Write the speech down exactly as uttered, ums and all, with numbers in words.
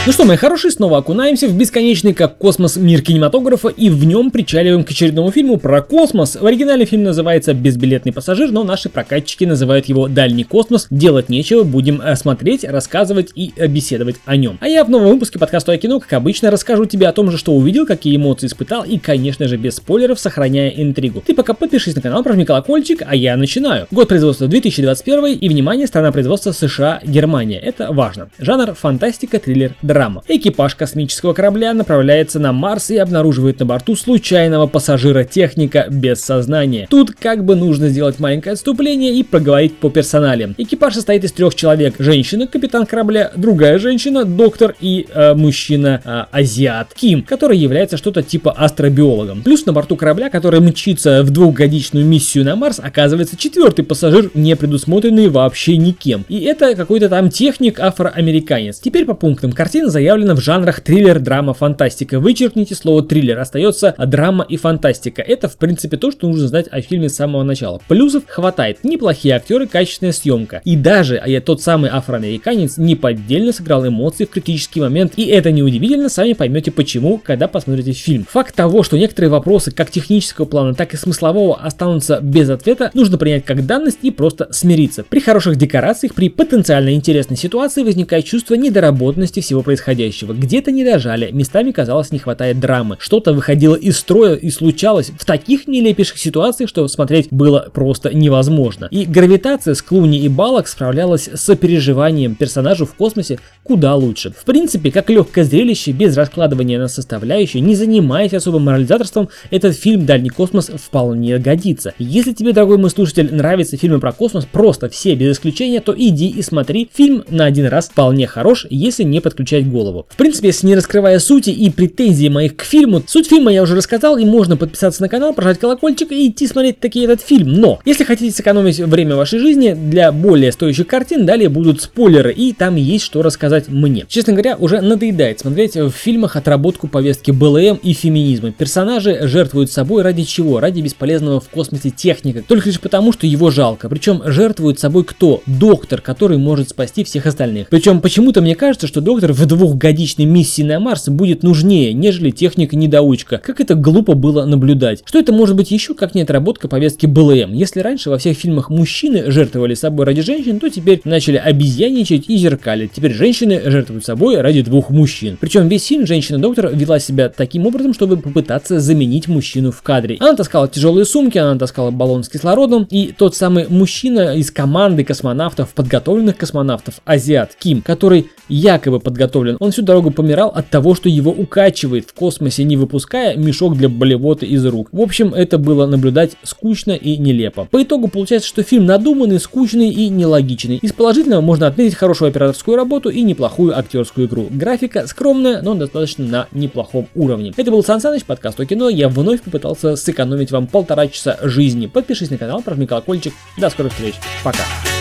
Ну что, мои хорошие, снова окунаемся в бесконечный как космос мир кинематографа и в нем причаливаем к очередному фильму про космос. В оригинале фильм называется «Безбилетный пассажир», но наши прокатчики называют его «Дальний космос». Делать нечего, будем смотреть, рассказывать и беседовать о нем. А я в новом выпуске подкаста о кино, как обычно, расскажу тебе о том же, что увидел, какие эмоции испытал и, конечно же, без спойлеров, сохраняя интригу. Ты пока подпишись на канал, прожми колокольчик, а я начинаю. Год производства две тысячи двадцать первый и, внимание, страна производства США, Германия. Это важно. Жанр фантастика, триллер, драма. Экипаж космического корабля направляется на Марс и обнаруживает на борту случайного пассажира-техника без сознания. Тут как бы нужно сделать маленькое отступление и проговорить по персоналиям. Экипаж состоит из трех человек. Женщина, капитан корабля, другая женщина, доктор и э, мужчина, э, азиат Ким, который является что-то типа астробиологом. Плюс на борту корабля, который мчится в двухгодичную миссию на Марс, оказывается четвертый пассажир, не предусмотренный вообще никем. И это какой-то там техник афроамериканец. Теперь по пунктам. Картина заявлено в жанрах триллер, драма, фантастика. Вычеркните слово триллер, остается драма и фантастика. Это в принципе то, что нужно знать о фильме с самого начала. Плюсов хватает. Неплохие актеры, качественная съемка. И даже а я тот самый афроамериканец неподдельно сыграл эмоции в критический момент. И это неудивительно, сами поймете почему, когда посмотрите фильм. Факт того, что некоторые вопросы как технического плана, так и смыслового останутся без ответа, нужно принять как данность и просто смириться. При хороших декорациях, при потенциально интересной ситуации возникает чувство недоработанности всего происходящего. Где-то не дожали, местами казалось не хватает драмы, что-то выходило из строя и случалось в таких нелепейших ситуациях, что смотреть было просто невозможно. И гравитация с Клуни и Баллок справлялась с сопереживанием персонажу в космосе куда лучше. В принципе, как легкое зрелище, без раскладывания на составляющие, не занимаясь особым морализаторством, этот фильм «Дальний космос» вполне годится. Если тебе, дорогой мой слушатель, нравятся фильмы про космос, просто все без исключения, то иди и смотри. Фильм на один раз вполне хорош, если не подключать голову. В принципе, если не раскрывая сути и претензии моих к фильму, суть фильма я уже рассказал, и можно подписаться на канал, прожать колокольчик и идти смотреть таки этот фильм. Но, если хотите сэкономить время вашей жизни, для более стоящих картин далее будут спойлеры, и там есть что рассказать мне. Честно говоря, уже надоедает смотреть в фильмах отработку повестки бэ эл эм и феминизма. Персонажи жертвуют собой ради чего? Ради бесполезного в космосе техника. Только лишь потому, что его жалко. Причем жертвует собой кто? Доктор, который может спасти всех остальных. Причем почему-то мне кажется, что доктор в двухгодичной миссии на Марс будет нужнее, нежели техник-недоучка. Как это глупо было наблюдать. Что это может быть еще как не отработка повестки бэ эл эм? Если раньше во всех фильмах мужчины жертвовали собой ради женщин, то теперь начали обезьяничать и зеркалить. Теперь женщины жертвуют собой ради двух мужчин. Причем весь фильм женщина-доктор вела себя таким образом, чтобы попытаться заменить мужчину в кадре. Она таскала тяжелые сумки, она таскала баллон с кислородом, и тот самый мужчина из команды космонавтов, подготовленных космонавтов, азиат Ким, который якобы подготовлен, он всю дорогу помирал от того, что его укачивает в космосе, не выпуская мешок для болевоты из рук. В общем, это было наблюдать скучно и нелепо. По итогу получается, что фильм надуманный, скучный и нелогичный. Из положительного можно отметить хорошую операторскую работу и неплохую актерскую игру. Графика скромная, но достаточно на неплохом уровне. Это был Сан Саныч, подкаст о кино. Я вновь попытался сэкономить вам полтора часа жизни. Подпишись на канал, прожми колокольчик. До скорых встреч. Пока.